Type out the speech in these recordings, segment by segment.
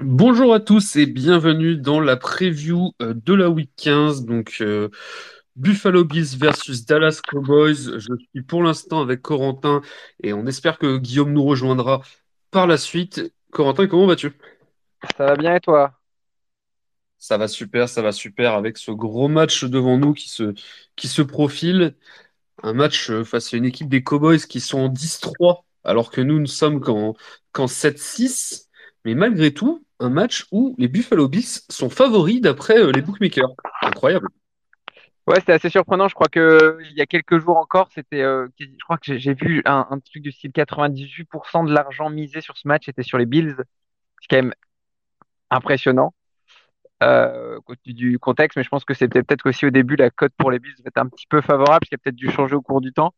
Bonjour à tous et bienvenue dans la preview de la Week 15. Buffalo Bills versus Dallas Cowboys. Je suis pour l'instant avec Corentin et on espère que Guillaume nous rejoindra par la suite. Corentin, comment vas-tu? Ça va bien et toi? Ça va super avec ce gros match devant nous qui se profile. Un match face à une équipe des Cowboys qui sont en 10-3 alors que nous ne sommes qu'en 7-6. Mais malgré tout, un match où les Buffalo Bills sont favoris d'après les bookmakers. Incroyable. Ouais, c'était assez surprenant. Je crois que il y a quelques jours encore, je crois que j'ai vu un truc du style 98% de l'argent misé sur ce match était sur les Bills. C'est quand même impressionnant compte tenu du contexte, mais je pense que c'était peut-être qu'aussi au début la cote pour les Bills va être un petit peu favorable, parce qu'il a peut-être dû changer au cours du temps.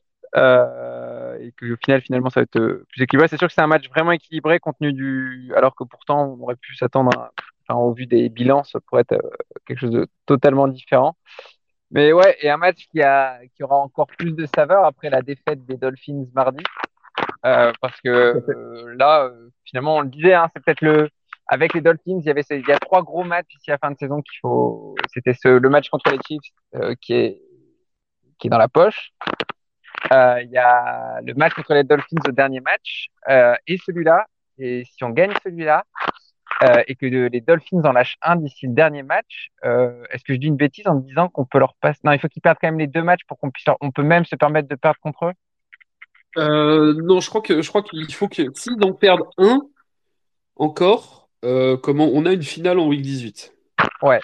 Et que au final, finalement, ça va être plus équilibré. C'est sûr que c'est un match vraiment équilibré alors que pourtant on aurait pu enfin, au vu des bilans, ça pourrait être quelque chose de totalement différent. Mais ouais, et un match qui aura encore plus de saveur après la défaite des Dolphins mardi. Parce que Tout à fait. là, finalement, on le disait, hein, c'est peut-être avec les Dolphins, il y a trois gros matchs ici à la fin de saison qu'il faut. Le match contre les Chiefs qui est dans la poche. Il y a le match contre les Dolphins au dernier match et celui-là. Et si on gagne celui-là, et que les Dolphins en lâchent un d'ici le dernier match, est-ce que je dis une bêtise en me disant qu'on peut leur passer? Non, il faut qu'ils perdent quand même les deux matchs pour on peut même se permettre de perdre contre eux. Non, je crois qu'il faut que s'ils en perdent un encore, comment on a une finale en week 18. Ouais,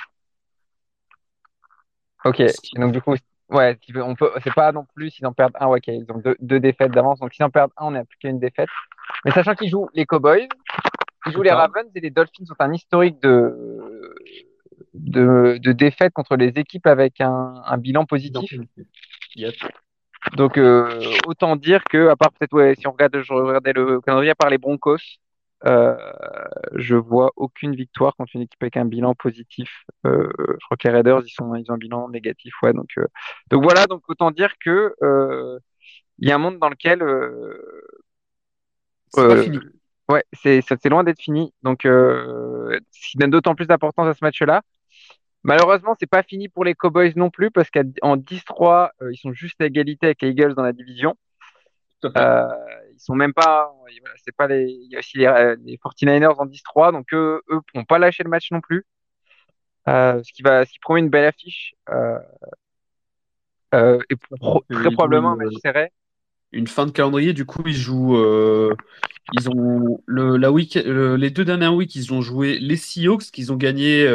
ok. Et Ce qui- donc du coup, ouais, on peut, c'est pas non plus s'ils en perdent un, ouais, ok, ils ont deux défaites d'avance. Donc s'ils en perdent un, on n'a plus qu'à une défaite. Mais sachant qu'ils jouent les Cowboys, ils jouent C'est les ça. Ravens et les Dolphins ont un historique de défaites contre les équipes avec un bilan Bien positif. positif. Yes. Donc autant dire que, à part peut-être, ouais, si je regardais le calendrier, à part les Broncos, euh, je vois aucune victoire contre une équipe avec un bilan positif. Je crois que les Raiders, ils ont un bilan négatif, ouais. Donc voilà, donc autant dire que il y a un monde dans lequel C'est pas euh, fini. ouais, c'est loin d'être fini. Donc ce qui donne d'autant plus d'importance à ce match-là. Malheureusement, c'est pas fini pour les Cowboys non plus parce qu'en 10-3, ils sont juste à égalité avec les Eagles dans la division. Tout à fait. Euh, Ils sont même pas, voilà, c'est pas les, il y a aussi les 49ers en 10-3, donc eux pourront pas lâcher le match non plus. Ce qui promet une belle affiche et très Ils ont probablement un match serré. une fin de calendrier. Du coup, ils ont les deux dernières weeks, ils ont joué les Seahawks, qu'ils ont gagné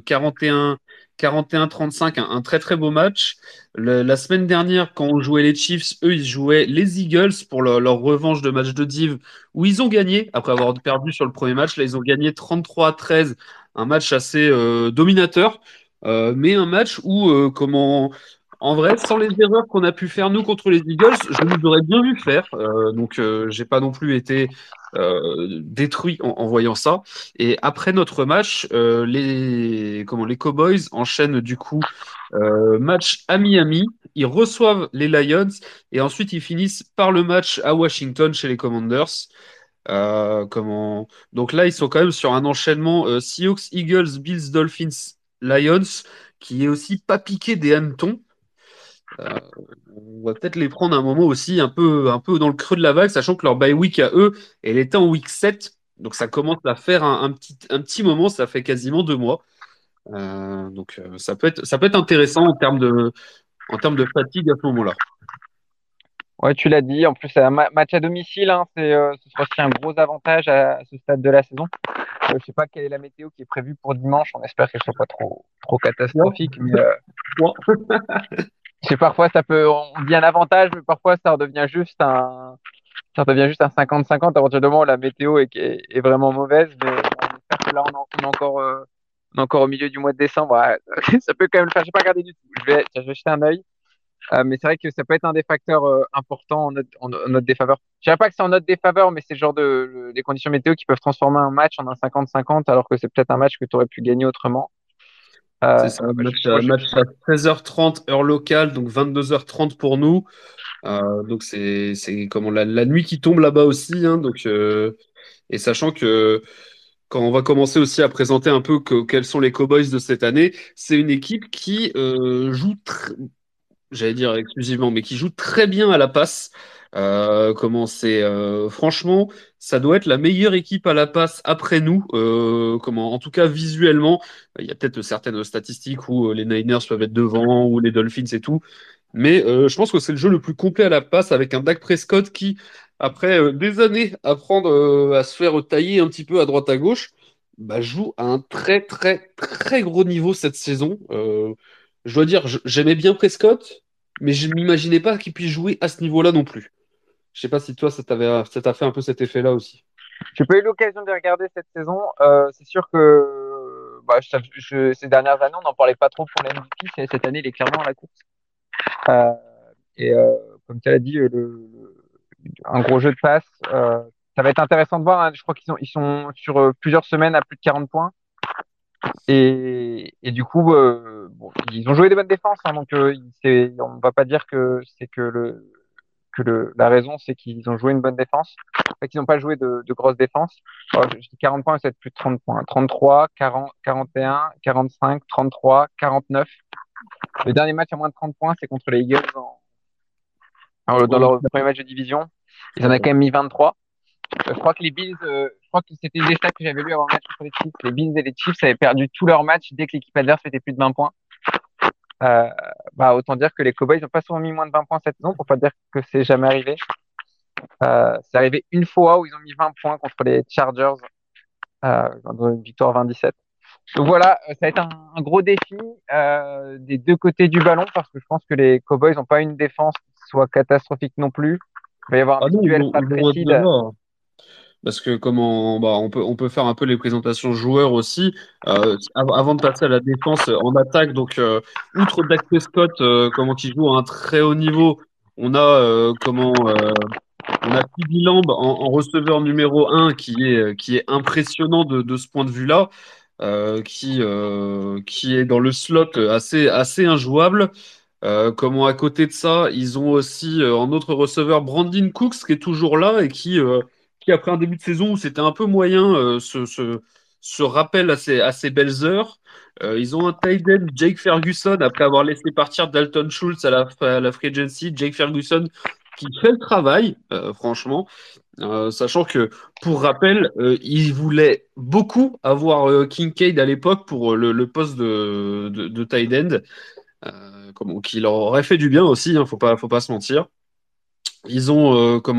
41-35, un très très beau match. La semaine dernière, quand on jouait les Chiefs, eux, ils jouaient les Eagles pour leur revanche de match de div, où ils ont gagné après avoir perdu sur le premier match. Là, ils ont gagné 33-13, un match assez dominateur, mais un match où comment en vrai, sans les erreurs qu'on a pu faire nous contre les Eagles, je nous aurais bien vu faire. J'ai pas non plus été détruit en voyant ça. Et après notre match, les Cowboys enchaînent du coup match à Miami. Ils reçoivent les Lions et ensuite ils finissent par le match à Washington chez les Commanders. Donc là, ils sont quand même sur un enchaînement Seahawks, Eagles, Bills, Dolphins, Lions, qui est aussi pas piqué des hannetons. Euh, on va peut-être les prendre un moment aussi un peu dans le creux de la vague, sachant que leur bye week à eux, elle était en week 7. Donc ça commence à faire un petit moment, ça fait quasiment 2 mois. Ça peut être intéressant en termes de fatigue à ce moment-là. Ouais, tu l'as dit. En plus, c'est un match à domicile, hein, ce sera aussi un gros avantage à ce stade de la saison. Je sais pas quelle est la météo qui est prévue pour dimanche. On espère qu'elle soit pas trop Ouais, catastrophique, mais ouais. je sais, parfois on dit un avantage, mais parfois ça redevient juste un 50-50 à partir du moment où la météo est vraiment mauvaise. Mais bon, on espère que là, on est encore au milieu du mois de décembre. Ouais, ça peut quand même le faire. J'ai pas regardé du tout. Je vais jeter un œil. Mais c'est vrai que ça peut être un des facteurs importants en notre défaveur. Je dirais pas que c'est en notre défaveur, mais c'est le genre des conditions météo qui peuvent transformer un match en un 50-50, alors que c'est peut-être un match que tu aurais pu gagner autrement. C'est ça, Moi, match à 13h30 heure locale, donc 22h30 pour nous. C'est comment la nuit qui tombe là-bas aussi, hein, et sachant que quand on va commencer aussi à présenter un peu quels sont les Cowboys de cette année, c'est une équipe qui joue j'allais dire exclusivement, mais qui joue très bien à la passe. Franchement, ça doit être la meilleure équipe à la passe après nous. En tout cas visuellement, il y a peut-être certaines statistiques où les Niners peuvent être devant ou les Dolphins et tout, mais je pense que c'est le jeu le plus complet à la passe avec un Dak Prescott qui, après des années à apprendre à se faire tailler un petit peu à droite à gauche, bah, joue à un très très très gros niveau cette saison. Je dois dire, j'aimais bien Prescott, mais je m'imaginais pas qu'il puisse jouer à ce niveau-là non plus. Je sais pas si toi, ça t'a fait un peu cet effet-là aussi. J'ai pas eu l'occasion de regarder cette saison. C'est sûr que bah, ces dernières années, on n'en parlait pas trop pour l'MVP. Cette année, il est clairement à la course. Euh, et comme tu l'as dit, un gros jeu de passe. Ça va être intéressant de voir, hein. Je crois ils sont sur plusieurs semaines à plus de 40 points. Et du coup, bon, ils ont joué des bonnes défenses, hein, donc on va pas dire que c'est la raison, c'est qu'ils ont joué une bonne défense. En fait, ils n'ont pas joué de grosses défenses. Alors, je dis 40 points, c'est plus de 30 points. 33, 40, 41, 45, 33, 49. Le dernier match à moins de 30 points, c'est contre les Eagles dans leur premier match de division. Ils en ont quand même mis 23. Je crois que les Bills, je crois que c'était des stats que j'avais lu avant le match contre les Chiefs. Les Bills et les Chiefs avaient perdu tous leurs matchs dès que l'équipe adverse faisait plus de 20 points. Euh, Bah, autant dire que les Cowboys n'ont pas souvent mis moins de 20 points cette saison, pour pas dire que c'est jamais arrivé. C'est arrivé une fois où ils ont mis 20 points contre les Chargers dans une victoire 20-17. Donc voilà, ça va être un gros défi des deux côtés du ballon parce que je pense que les Cowboys n'ont pas une défense qui soit catastrophique non plus. Il va y avoir un Ah petit non, duel ils vont fratricide. devoir. Parce que on peut faire un peu les présentations joueurs aussi. Avant de passer à la défense en attaque, outre Dak Prescott, comment il joue à un très haut niveau, on a on a CeeDee Lamb en receveur numéro un qui est impressionnant de ce point de vue-là, qui est dans le slot assez injouable. Comment à côté de ça, ils ont aussi en autre receveur Brandon Cooks qui est toujours là et qui après un début de saison où c'était un peu moyen, se rappelle à ses belles heures. Ils ont un tight end, Jake Ferguson, après avoir laissé partir Dalton Schultz à la free agency. Jake Ferguson qui fait le travail, franchement. Sachant que, pour rappel, ils voulaient beaucoup avoir Kincaid à l'époque pour le poste de tight end. Qui leur aurait fait du bien aussi, hein, faut pas se mentir. Ils ont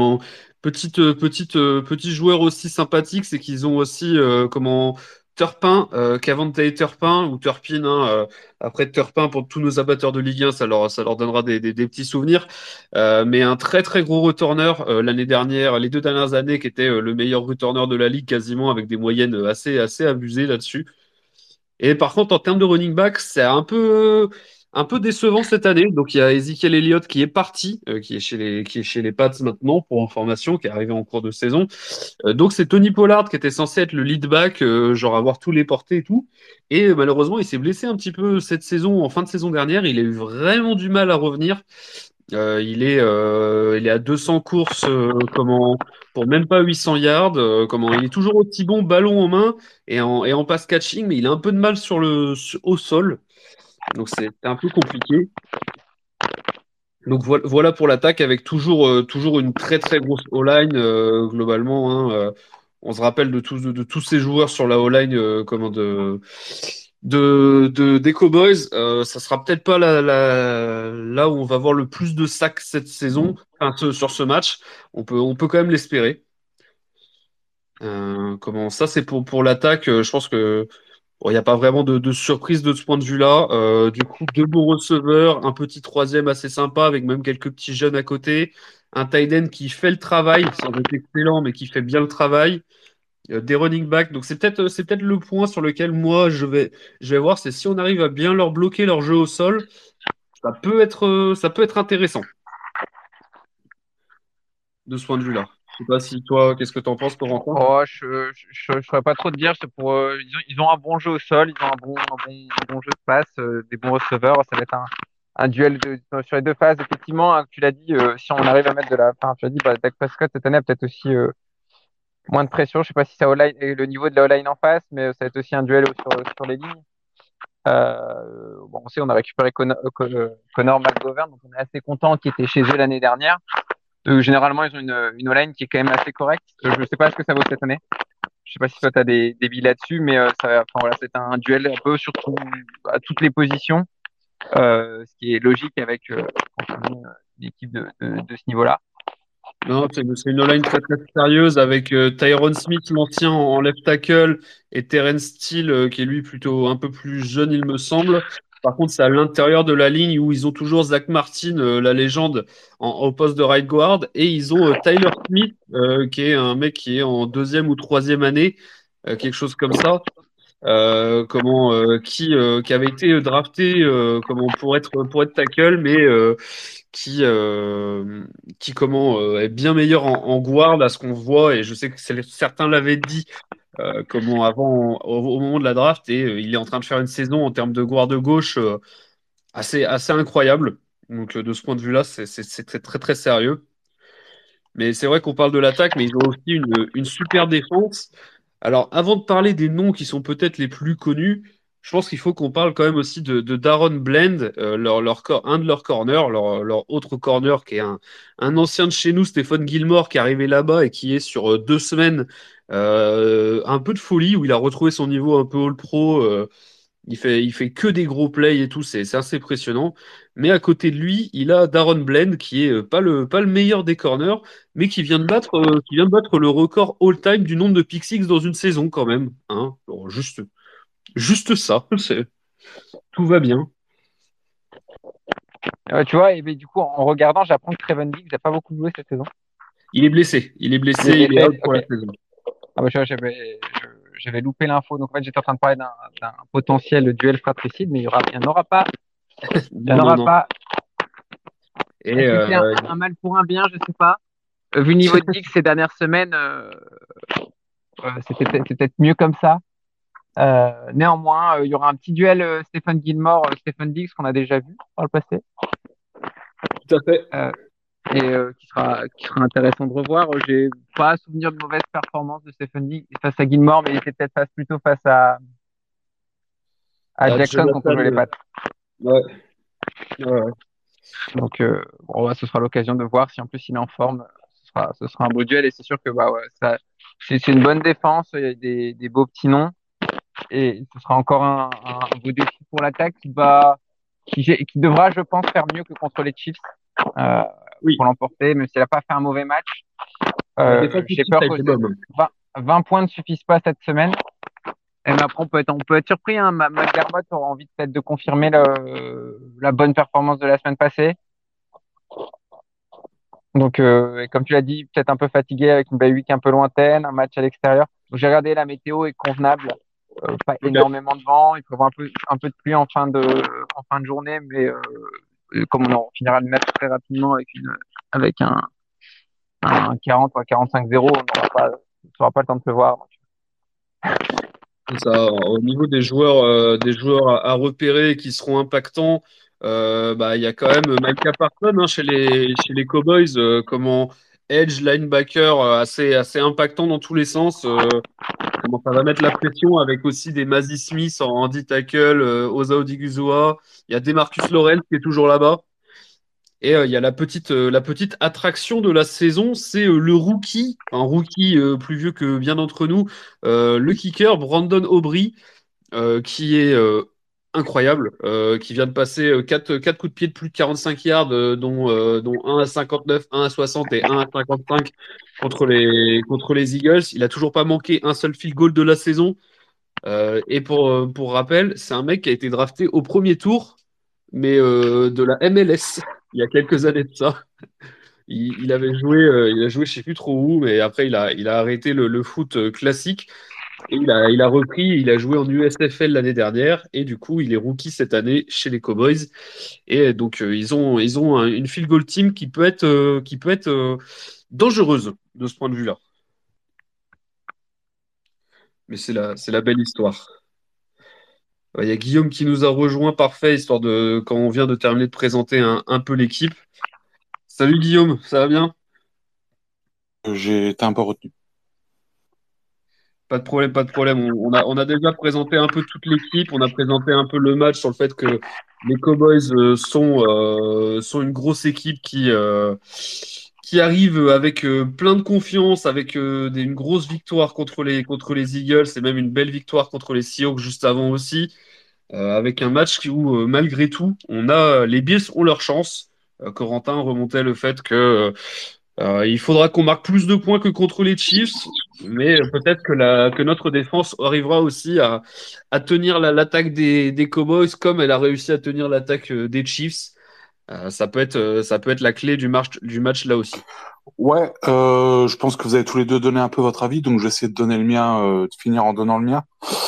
petit joueur aussi sympathique, c'est qu'ils ont aussi Turpin, Cavante Turpin ou Turpin. Hein, après Turpin pour tous nos abatteurs de Ligue 1, ça leur donnera des petits souvenirs. Mais un très très gros returner l'année dernière, les deux dernières années, qui était le meilleur returner de la ligue quasiment avec des moyennes assez abusées là-dessus. Et par contre, en termes de running back, c'est un peu décevant cette année. Donc, il y a Ezekiel Elliott qui est parti, qui est chez les Pats maintenant pour information, qui est arrivé en cours de saison. Donc, c'est Tony Pollard qui était censé être le lead back, genre avoir tous les portées et tout. Et malheureusement, il s'est blessé un petit peu cette saison, en fin de saison dernière. Il a eu vraiment du mal à revenir. Il est à 200 courses pour même pas 800 yards. Il est toujours aussi bon ballon en main et en pass catching, mais il a un peu de mal au sol. Donc c'est un peu compliqué. Donc voilà pour l'attaque avec toujours une très très grosse O-line globalement. Hein. On se rappelle de tous ces joueurs sur la O-line des Cowboys. Ça sera peut-être pas là où on va voir le plus de sacs cette saison, sur ce match. On peut quand même l'espérer. Ça, c'est pour l'attaque. Je pense que bon, il n'y a pas vraiment de surprise de ce point de vue-là. Du coup, deux bons receveurs, un petit troisième assez sympa avec même quelques petits jeunes à côté. Un tight end qui fait le travail, sans être excellent, mais qui fait bien le travail. Des running backs. Donc c'est peut-être le point sur lequel moi je vais voir, c'est si on arrive à bien leur bloquer leur jeu au sol, ça peut être intéressant de ce point de vue-là. Je sais pas si toi, qu'est-ce que tu en penses, Corentin? Oh, je saurais pas trop te dire. C'est ils ont un bon jeu au sol, ils ont un bon jeu de passe, des bons receveurs. Ça va être un duel sur les deux phases. Effectivement, hein, tu l'as dit, si on arrive à mettre de la, enfin, tu l'as dit, bah, Dak Prescott cette année a peut-être aussi moins de pression. Je sais pas si ça le niveau de la O-line en face, mais ça va être aussi un duel sur les lignes. Bon, on sait, on a récupéré Connor McGovern, donc on est assez content qui était chez eux l'année dernière. Généralement, ils ont une O-line qui est quand même assez correcte. Je sais pas ce que ça vaut cette année. Je sais pas si toi tu as des billes là-dessus, mais enfin, voilà, c'est un duel un peu sur à toutes les positions, ce qui est logique avec quand on est une équipe de ce niveau-là. Non, c'est une O-line très très sérieuse avec Tyron Smith, l'ancien en left tackle, et Terence Steele, qui est lui plutôt un peu plus jeune, il me semble. Par contre, c'est à l'intérieur de la ligne où ils ont toujours Zach Martin, la légende, au poste de right guard, et ils ont Tyler Smith, qui est un mec qui est en deuxième ou troisième année, quelque chose comme ça, qui avait été drafté pour être tackle, mais qui est bien meilleur en guard à ce qu'on voit, et je sais que certains l'avaient dit comment avant au moment de la draft, et il est en train de faire une saison en termes de guard de gauche assez incroyable. Donc de ce point de vue-là, c'est très très très sérieux. Mais c'est vrai qu'on parle de l'attaque, mais ils ont aussi une super défense. Alors, avant de parler des noms qui sont peut-être les plus connus, je pense qu'il faut qu'on parle quand même aussi de Daron Blend, un de leurs corners, leur autre corner, qui est un ancien de chez nous, Stéphane Gilmore, qui est arrivé là-bas et qui est sur 2 semaines un peu de folie, où il a retrouvé son niveau un peu all-pro. Il fait que des gros plays et tout, c'est assez impressionnant. Mais à côté de lui, il a Daron Blend, qui est pas le meilleur des corners, mais qui vient de battre le record all-time du nombre de pick six dans une saison quand même. Hein. Alors, juste ça, tout va bien. Tu vois, et ben, du coup, en regardant, j'apprends que Trevon Diggs n'a pas beaucoup joué cette saison. Il est Il est blessé, il est blessé, out pour ok. la saison. Ah bah, tu vois, j'avais loupé l'info. Donc, en fait, j'étais en train de parler d'un potentiel duel fratricide, mais il n'y en aura pas. Il n'y en Non, non, aura non. pas. Et Est-ce que c'est un mal pour un bien? Je sais pas. Vu le niveau de Diggs ces dernières semaines, c'est peut-être mieux comme ça. Néanmoins, il y aura un petit duel Stephen Gilmore, Stephen Diggs qu'on a déjà vu par le passé. tout à fait. Euh, et qui sera intéressant de revoir. J'ai pas souvenir de mauvaise performance de Stephen Diggs face à Gilmore, mais il était peut-être plutôt face à Jackson quand on Jonathan, jouait les pattes. ouais, ouais, ouais. Donc, bon, ouais, ce sera l'occasion de voir si en plus il est en forme. Ce sera un beau duel et c'est sûr que bah, ouais, c'est une bonne défense. Il y a des beaux petits noms et ce sera encore un beau défi pour l'attaque qui devra, je pense, faire mieux que contre les Chiefs euh, Oui, pour l'emporter, même s'il n'a pas fait un mauvais match. la défense J'ai aussi, ça peur a que été bonne. 20 points ne suffisent pas cette semaine. Et mais après, on peut être surpris. Hein. McDermott aura envie peut-être de confirmer la bonne performance de la semaine passée. Donc, et comme tu l'as dit, peut-être un peu fatigué avec une bye week un peu lointaine, un match à l'extérieur. Donc, j'ai regardé, la météo est convenable. Pas Ok. énormément de vent. Il prévoit un peu de pluie en fin de journée, mais comme on finira le match très rapidement avec un 40 ou un 45-0, on n'aura pas le temps de pleuvoir. Donc. C'est ça, au niveau des joueurs à repérer qui seront impactants, bah, il y a quand même Micah Parsons hein, chez les Cowboys, comment edge linebacker assez impactant dans tous les sens. Comment ça va mettre la pression avec aussi des Mazi Smith en D-tackle, Osa Odiguzua. Il y a Demarcus Lawrence qui est toujours là-bas. Et il y a la petite attraction de la saison, c'est le rookie, un rookie plus vieux que bien d'entre nous, le kicker Brandon Aubrey, qui est incroyable, qui vient de passer quatre coups de pied de plus de 45 yards, dont un à 59, un à 60 et un à 55 contre les Eagles. Il a toujours pas manqué un seul field goal de la saison. Et pour rappel, c'est un mec qui a été drafté au premier tour, mais de la MLS, il y a quelques années de ça. Il a joué je sais plus trop où, mais après il a arrêté le foot classique et il a repris, il a joué en USFL l'année dernière et du coup il est rookie cette année chez les Cowboys et donc ils ont une field goal team qui peut être dangereuse de ce point de vue-là. Mais c'est la belle histoire. Il y a Guillaume qui nous a rejoint, parfait, histoire de quand on vient de terminer de présenter un peu l'équipe. Salut Guillaume, ça va bien? J'ai été un peu retenu. Pas de problème, pas de problème. On a déjà présenté un peu toute l'équipe. On a présenté un peu le match sur le fait que les Cowboys sont une grosse équipe qui arrive avec plein de confiance, avec une grosse victoire contre les Eagles et même une belle victoire contre les Seahawks juste avant aussi. Avec un match où, malgré tout, les Bills ont leur chance. Corentin remontait le fait que il faudra qu'on marque plus de points que contre les Chiefs, mais peut-être que notre défense arrivera aussi à tenir l'attaque des Cowboys comme elle a réussi à tenir l'attaque des Chiefs. Ça peut être la clé du match là aussi. Ouais, je pense que vous avez tous les deux donné un peu votre avis, donc je vais essayer de donner le mien, de finir en donnant le mien.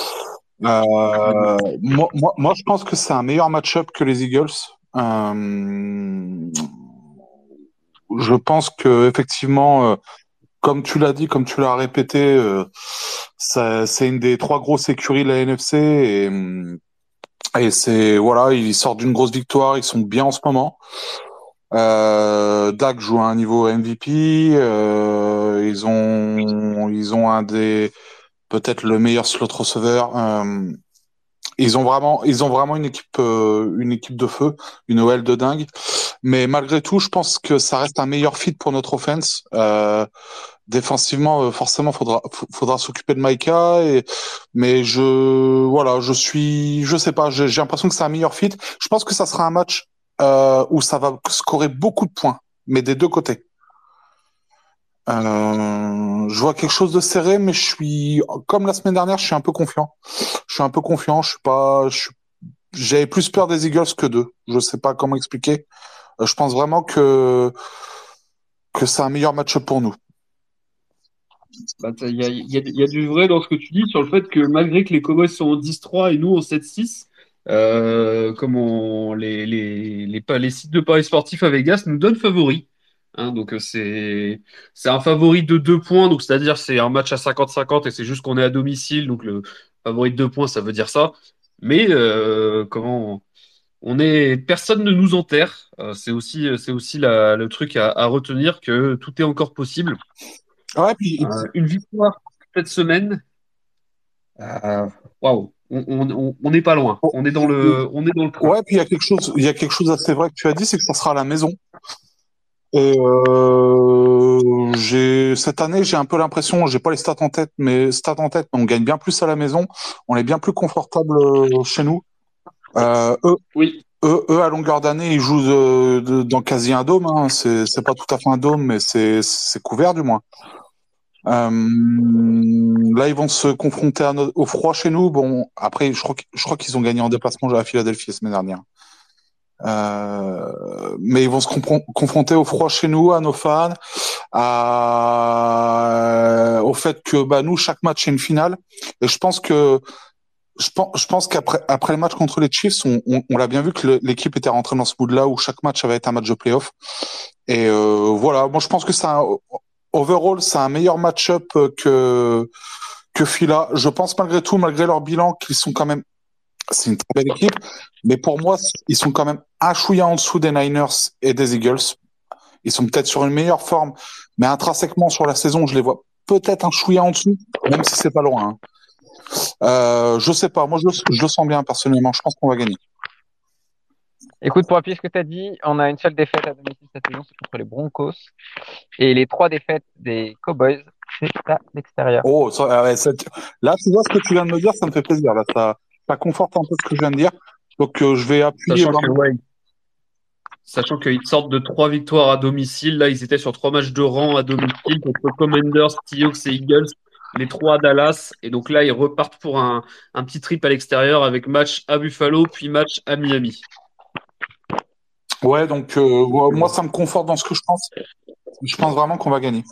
Moi, je pense que c'est un meilleur match-up que les Eagles. Euh, je pense que effectivement, comme tu l'as dit, comme tu l'as répété, c'est une des trois grosses écuries de la NFC et c'est voilà, ils sortent d'une grosse victoire, ils sont bien en ce moment. Dak joue à un niveau MVP. Ils ont un des peut-être le meilleur slot receveur. Ils ont vraiment une équipe de feu, une OL de dingue. Mais malgré tout, je pense que ça reste un meilleur fit pour notre offense. Défensivement, forcément, faudra s'occuper de Micah. Mais voilà, je sais pas, j'ai l'impression que c'est un meilleur fit. Je pense que ça sera un match où ça va scorer beaucoup de points, mais des deux côtés. Je vois quelque chose de serré, mais comme la semaine dernière, je suis un peu confiant. Je suis un peu confiant. Je suis pas, je suis- J'avais plus peur des Eagles que d'eux. Je sais pas comment expliquer. Je pense vraiment que c'est un meilleur match pour nous. Bah, il y a du vrai dans ce que tu dis sur le fait que malgré que les Cowboys sont en 10-3 et nous en 7-6, les sites de paris sportifs à Vegas nous donnent favoris. Hein, donc c'est un favori de 2 points, donc c'est-à-dire c'est un match à 50-50 et c'est juste qu'on est à domicile, donc le favori de 2 points, ça veut dire ça. Mais personne ne nous enterre. C'est aussi le truc à retenir que tout est encore possible. Ouais, puis Une victoire cette semaine, euh, waouh, on n'est pas loin. oh, On est dans le train. ouais, puis il y a quelque chose d'assez vrai que tu as dit, c'est que ça sera à la maison. Et cette année, j'ai un peu l'impression, j'ai pas les stats en tête, mais on gagne bien plus à la maison, on est bien plus confortable chez nous. Eux, Oui, à longueur d'année, ils jouent dans quasi un dôme. Hein. C'est pas tout à fait un dôme, mais c'est couvert du moins. Là, ils vont se confronter au froid chez nous. Bon, après, je crois qu'ils ont gagné en déplacement à Philadelphie la semaine dernière. Mais ils vont se confronter au froid chez nous, à nos fans, au fait que bah, nous, chaque match est une finale. Et je pense qu'après le match contre les Chiefs, on l'a bien vu que l'équipe était rentrée dans ce mood-là où chaque match avait été un match de playoff. Et voilà, moi je pense que overall, c'est un meilleur match-up que Fila. Je pense malgré tout, malgré leur bilan, qu'ils sont quand même, c'est une très belle équipe, mais pour moi, ils sont quand même un chouïa en dessous des Niners et des Eagles. Ils sont peut-être sur une meilleure forme, mais intrinsèquement sur la saison, je les vois peut-être un chouïa en dessous, même si c'est pas loin. Hein. Je sais pas, moi je le sens bien personnellement. Je pense qu'on va gagner. Écoute, pour appuyer ce que tu as dit, on a une seule défaite à domicile cette saison, c'est contre les Broncos. Et les trois défaites des Cowboys, c'est à l'extérieur. Oh, ouais, là, tu vois ce que tu viens de me dire, ça me fait plaisir. Là, ça conforte un peu ce que je viens de dire. Donc, je vais appuyer sachant que, vraiment. ouais, sachant qu'ils sortent de 3 victoires à domicile. Là, ils étaient sur 3 matchs de rang à domicile contre Commanders, Seahawks et Eagles. Les trois à Dallas. Et donc là, ils repartent pour un petit trip à l'extérieur avec match à Buffalo, puis match à Miami. Ouais, donc ouais, moi, ça me conforte dans ce que je pense. Je pense vraiment qu'on va gagner.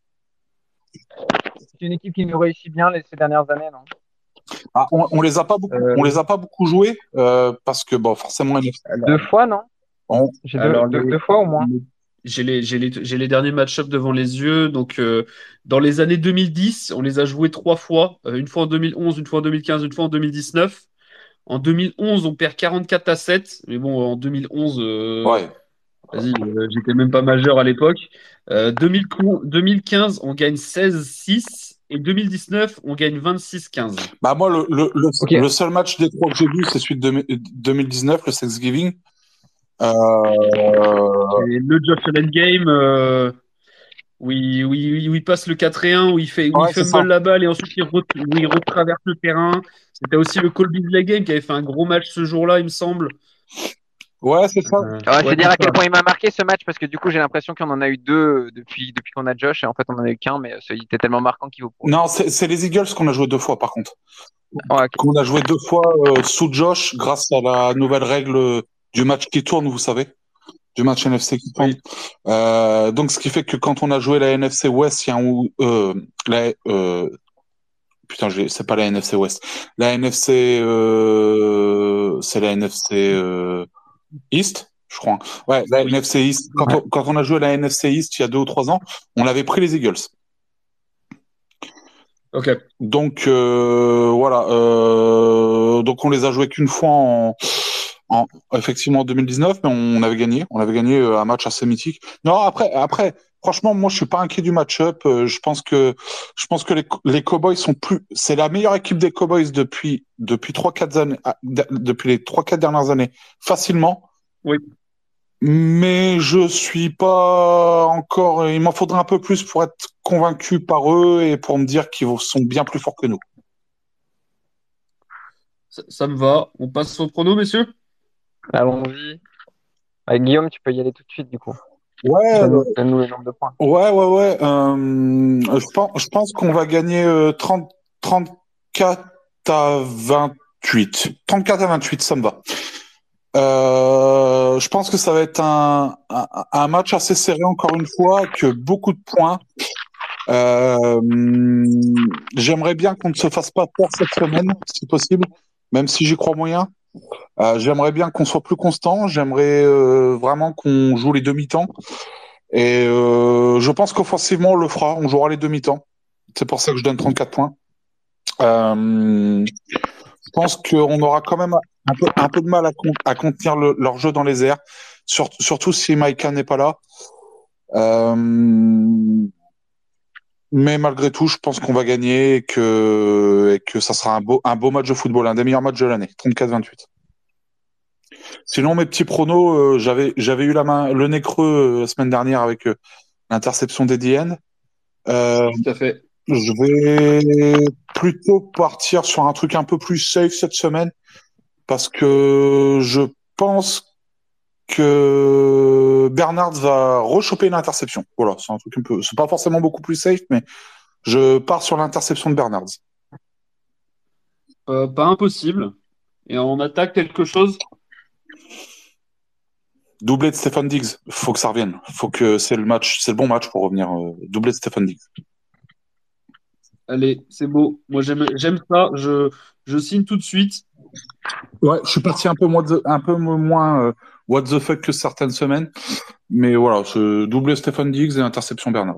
C'est une équipe qui nous réussit bien ces dernières années, non? Ah, on les a pas beaucoup, on les Euh, a pas beaucoup joués parce que bon, forcément, Deux fois, non? on- J'ai Alors, deux fois au moins. j'ai les derniers match-up devant les yeux. Donc, dans les années 2010, on les a joués 3 fois. Une fois en 2011, une fois en 2015, une fois en 2019. En 2011, on perd 44-7. Mais bon, en 2011, ouais, vas-y, j'étais même pas majeur à l'époque. 2015, on gagne 16-6. Et 2019, on gagne 26-15. Bah moi, Ok. le seul match des 3 que j'ai vu, c'est celui de 2019, le Thanksgiving. Euh, Et le Josh Allen game, où il passe le 4-1, où il ouais, c'est ça. fumble la balle et ensuite où il retraverse le terrain. C'était aussi le Cole Beasley game qui avait fait un gros match ce jour-là, il me semble. Ouais, c'est ça. Ouais, Ouais, c'est dire c'est à quel ça. point il m'a marqué ce match parce que du coup j'ai l'impression qu'on en a eu deux depuis qu'on a Josh et en fait on en a eu qu'un mais il était tellement marquant qu'il vaut pour Non, c'est les Eagles qu'on a joué 2 fois, par contre. Ouais, ok. Qu'on a joué 2 fois sous Josh grâce à la nouvelle règle du match qui tourne, vous savez, du match NFC qui tourne. Oui. Donc, ce qui fait que quand on a joué la NFC West, il y a putain, c'est pas la NFC West. La NFC, c'est la NFC East, je crois. Ouais, la Oui. NFC East. Ouais. Quand on a joué la NFC East il y a 2 ou 3 ans, on avait pris les Eagles. Ok. Donc voilà. Donc on les a joués qu'une fois effectivement en 2019, mais on avait gagné. On avait gagné un match assez mythique. Non, après, franchement, moi je suis pas inquiet du match-up. Je pense que les Cowboys sont plus. C'est la meilleure équipe des Cowboys depuis 3-4 années, depuis les 3-4 dernières années, facilement. Oui. Mais je suis pas encore. Il m'en faudrait un peu plus pour être convaincu par eux et pour me dire qu'ils sont bien plus forts que nous. Ça me va. On passe au prono, messieurs? Allons-y. Guillaume, tu peux y aller tout de suite du coup. Ouais, Donne-nous les nombres de points. ouais. Je pense qu'on va gagner 34 à 28. 34 à 28, ça me va. Je pense que ça va être un match assez serré encore une fois, avec beaucoup de points. J'aimerais bien qu'on ne se fasse pas peur cette semaine, si possible, même si j'y crois moyen. J'aimerais bien qu'on soit plus constant. J'aimerais vraiment qu'on joue les demi-temps. Et je pense qu'offensivement, on le fera. On jouera les demi-temps. C'est pour ça que je donne 34 points. Je pense qu'on aura quand même un peu de mal à contenir leur jeu dans les airs, surtout si Maïka n'est pas là. Mais malgré tout, je pense qu'on va gagner et que ça sera un beau match de football, un des meilleurs matchs de l'année, 34-28. Sinon, mes petits pronos, j'avais eu le nez creux la semaine dernière avec l'interception d'Eddie End. Tout à fait. Je vais plutôt partir sur un truc un peu plus safe cette semaine parce que je pense que Bernard va rechoper une interception. Voilà, c'est un truc c'est pas forcément beaucoup plus safe, mais je pars sur l'interception de Bernard. Pas impossible. Et on attaque quelque chose. Doublé de Stefan Diggs, faut que ça revienne. Faut que c'est le bon match pour revenir. Doublé de Stefan Diggs. Allez, c'est beau. Moi, j'aime ça. Je signe tout de suite. Ouais, je suis parti un peu moins what the fuck que certaines semaines, mais voilà, ce doublé Stefan Diggs et interception Bernard.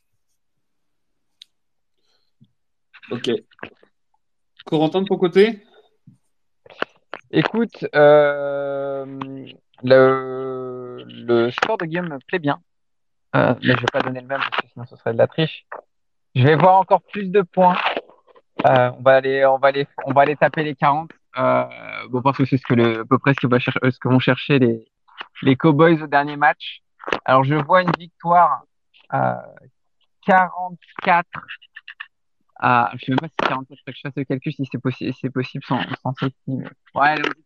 Ok. Corentin, de ton côté? Écoute, le score de Guillaume me plaît bien, mais je vais pas donner le même parce que sinon ce serait de la triche. Je vais voir encore plus de points. On va aller taper les 40. Bon, parce que c'est à peu près ce que vont chercher les Cowboys au dernier match. Alors, je vois une victoire 44 je sais même pas si c'est 44, faut que je fasse le calcul si c'est possible sans safety. Ouais, allez, on dit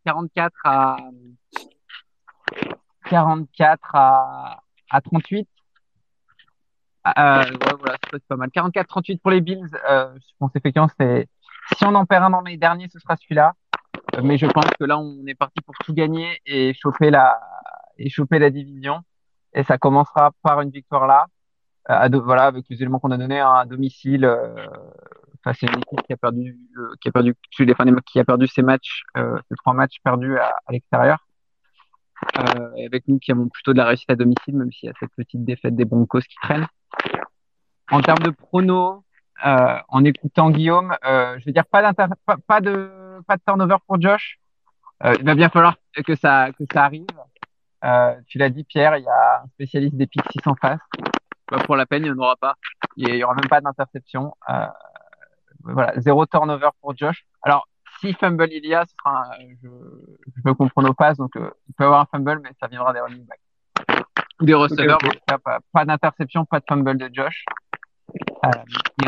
44 à 38. Ouais, voilà, ça peut être pas mal. 44-38 pour les Bills. Je pense effectivement, si on en perd un dans les derniers, ce sera celui-là. Mais je pense que là, on est parti pour tout gagner et choper la division. Et ça commencera par une victoire là, voilà, avec les éléments qu'on a donnés, hein, à domicile, face à une équipe qui a perdu ses matchs, ses 3 matchs perdus à l'extérieur. Et avec nous qui avons plutôt de la réussite à domicile, même s'il y a cette petite défaite des Broncos qui traîne. En termes de pronos, en écoutant Guillaume, je veux dire pas de turnover pour Josh. Il va bien falloir que ça arrive. Tu l'as dit, Pierre, il y a un spécialiste des pick 6 en face. Pas pour la peine, il n'y en aura pas. Il y aura même pas d'interception. voilà, 0 turnover pour Josh. Alors, si fumble il y a, je peux comprendre aux passes, donc il peut y avoir un fumble, mais ça viendra des running backs ou des Ok, receveurs. Mais en ok. tout cas, pas d'interception, pas de fumble de Josh. Euh, et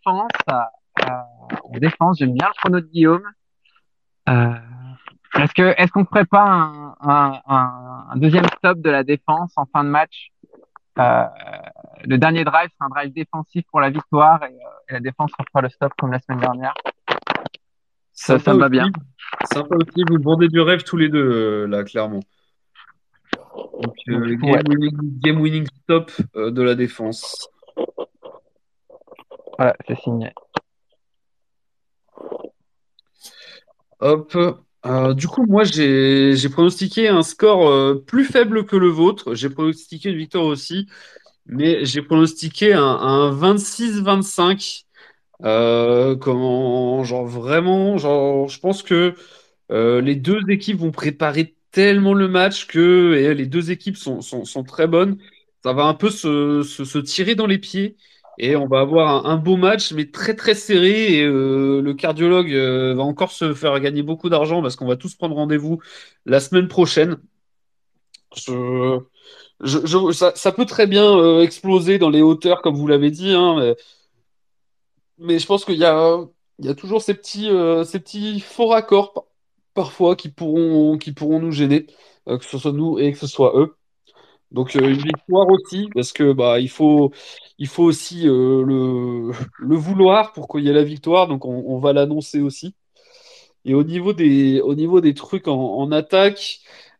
en défense, j'aime bien le chrono de Guillaume. Euh, est-ce qu'on ferait pas un deuxième stop de la défense en fin de match? Euh, le dernier drive, c'est un drive défensif pour la victoire et la défense refera le stop comme la semaine dernière. Ça Sympa me va bien. aussi. Sympa aussi. Vous vendez du rêve tous les deux, là, clairement. Donc, Donc, du coup, ouais, game winning stop de la défense. voilà, c'est signé. Hop. Du coup, moi, j'ai pronostiqué un score plus faible que le vôtre. J'ai pronostiqué une victoire aussi, mais j'ai pronostiqué un 26-25. Genre vraiment, genre, je pense que les deux équipes vont préparer tellement le match que et les deux équipes sont très bonnes. Ça va un peu se tirer dans les pieds et on va avoir un beau match, mais très très serré. Et le cardiologue va encore se faire gagner beaucoup d'argent parce qu'on va tous prendre rendez-vous la semaine prochaine. Je, ça peut très bien exploser dans les hauteurs, comme vous l'avez dit, hein, mais je pense il y a toujours ces petits faux raccords parfois qui pourront nous gêner, que ce soit nous et que ce soit eux. Donc une victoire aussi, parce que bah il faut aussi le vouloir pour qu'il y ait la victoire, donc on va l'annoncer aussi. Et au niveau des trucs en attaque,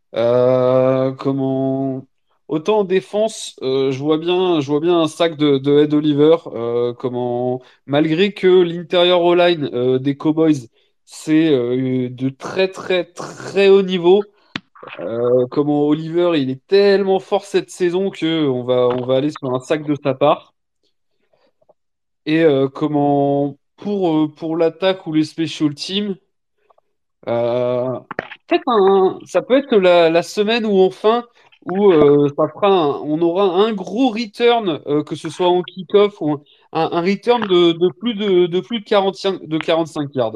comment autant en défense, je vois bien un sac de Ed Oliver, malgré que l'intérieur O-line des Cowboys c'est de très très très haut niveau. Comment Oliver, il est tellement fort cette saison que on va aller sur un sac de sa part. Et pour l'attaque ou les special teams, ça peut être la semaine où enfin où on aura un gros return, que ce soit en kick-off ou un return de plus de 45 yards.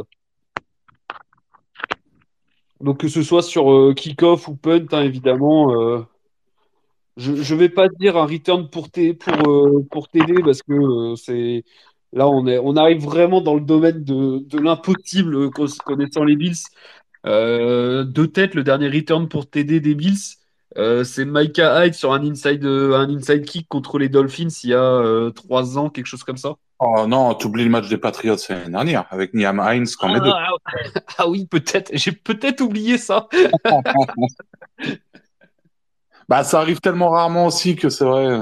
Donc que ce soit sur kick-off ou punt, hein, évidemment. Je vais pas dire un return pour TD parce que c'est là on arrive vraiment dans le domaine de l'impossible, connaissant les Bills. De tête, le dernier return pour TD des Bills, c'est Micah Hyde sur un inside kick contre les Dolphins il y a 3 ans, quelque chose comme ça. Oh non, t'oublies le match des Patriots l'année dernière, avec Niam Hines qui en met deux. Ah, ah oui, peut-être. J'ai peut-être oublié ça. Bah, ça arrive tellement rarement aussi que c'est vrai.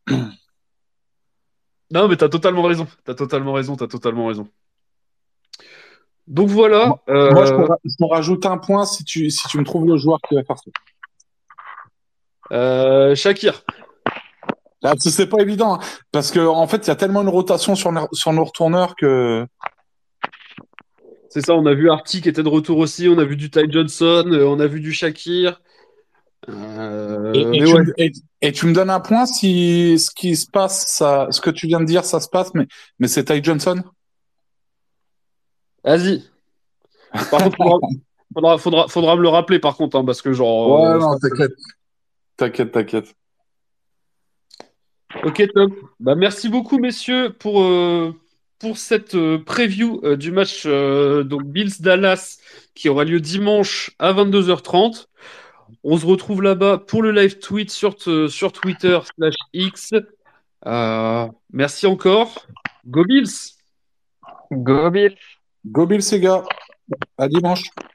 Non, mais t'as totalement raison. T'as totalement raison. T'as totalement raison. Donc voilà. Moi, je peux rajouter un point si tu me trouves le joueur qui va faire ça. Shakir. Ah, c'est pas évident, hein, parce que en fait, il y a tellement une rotation sur nos retourneurs que. C'est ça, on a vu Artie qui était de retour aussi, on a vu du Ty Johnson, on a vu du Shakir. Mais ouais, Et tu me donnes un point si ce qui se passe, ce que tu viens de dire, ça se passe, mais c'est Ty Johnson? vas-y. Par contre, faudra me le rappeler par contre, hein, parce que genre. Ouais, non, t'inquiète. T'inquiète, t'inquiète. Ok, top. Bah, merci beaucoup, messieurs, pour cette preview du match donc Bills-Dallas qui aura lieu dimanche à 22h30. On se retrouve là-bas pour le live tweet sur Twitter/X. Merci encore. Go Bills! Go Bills! Go Bills, les gars. À dimanche.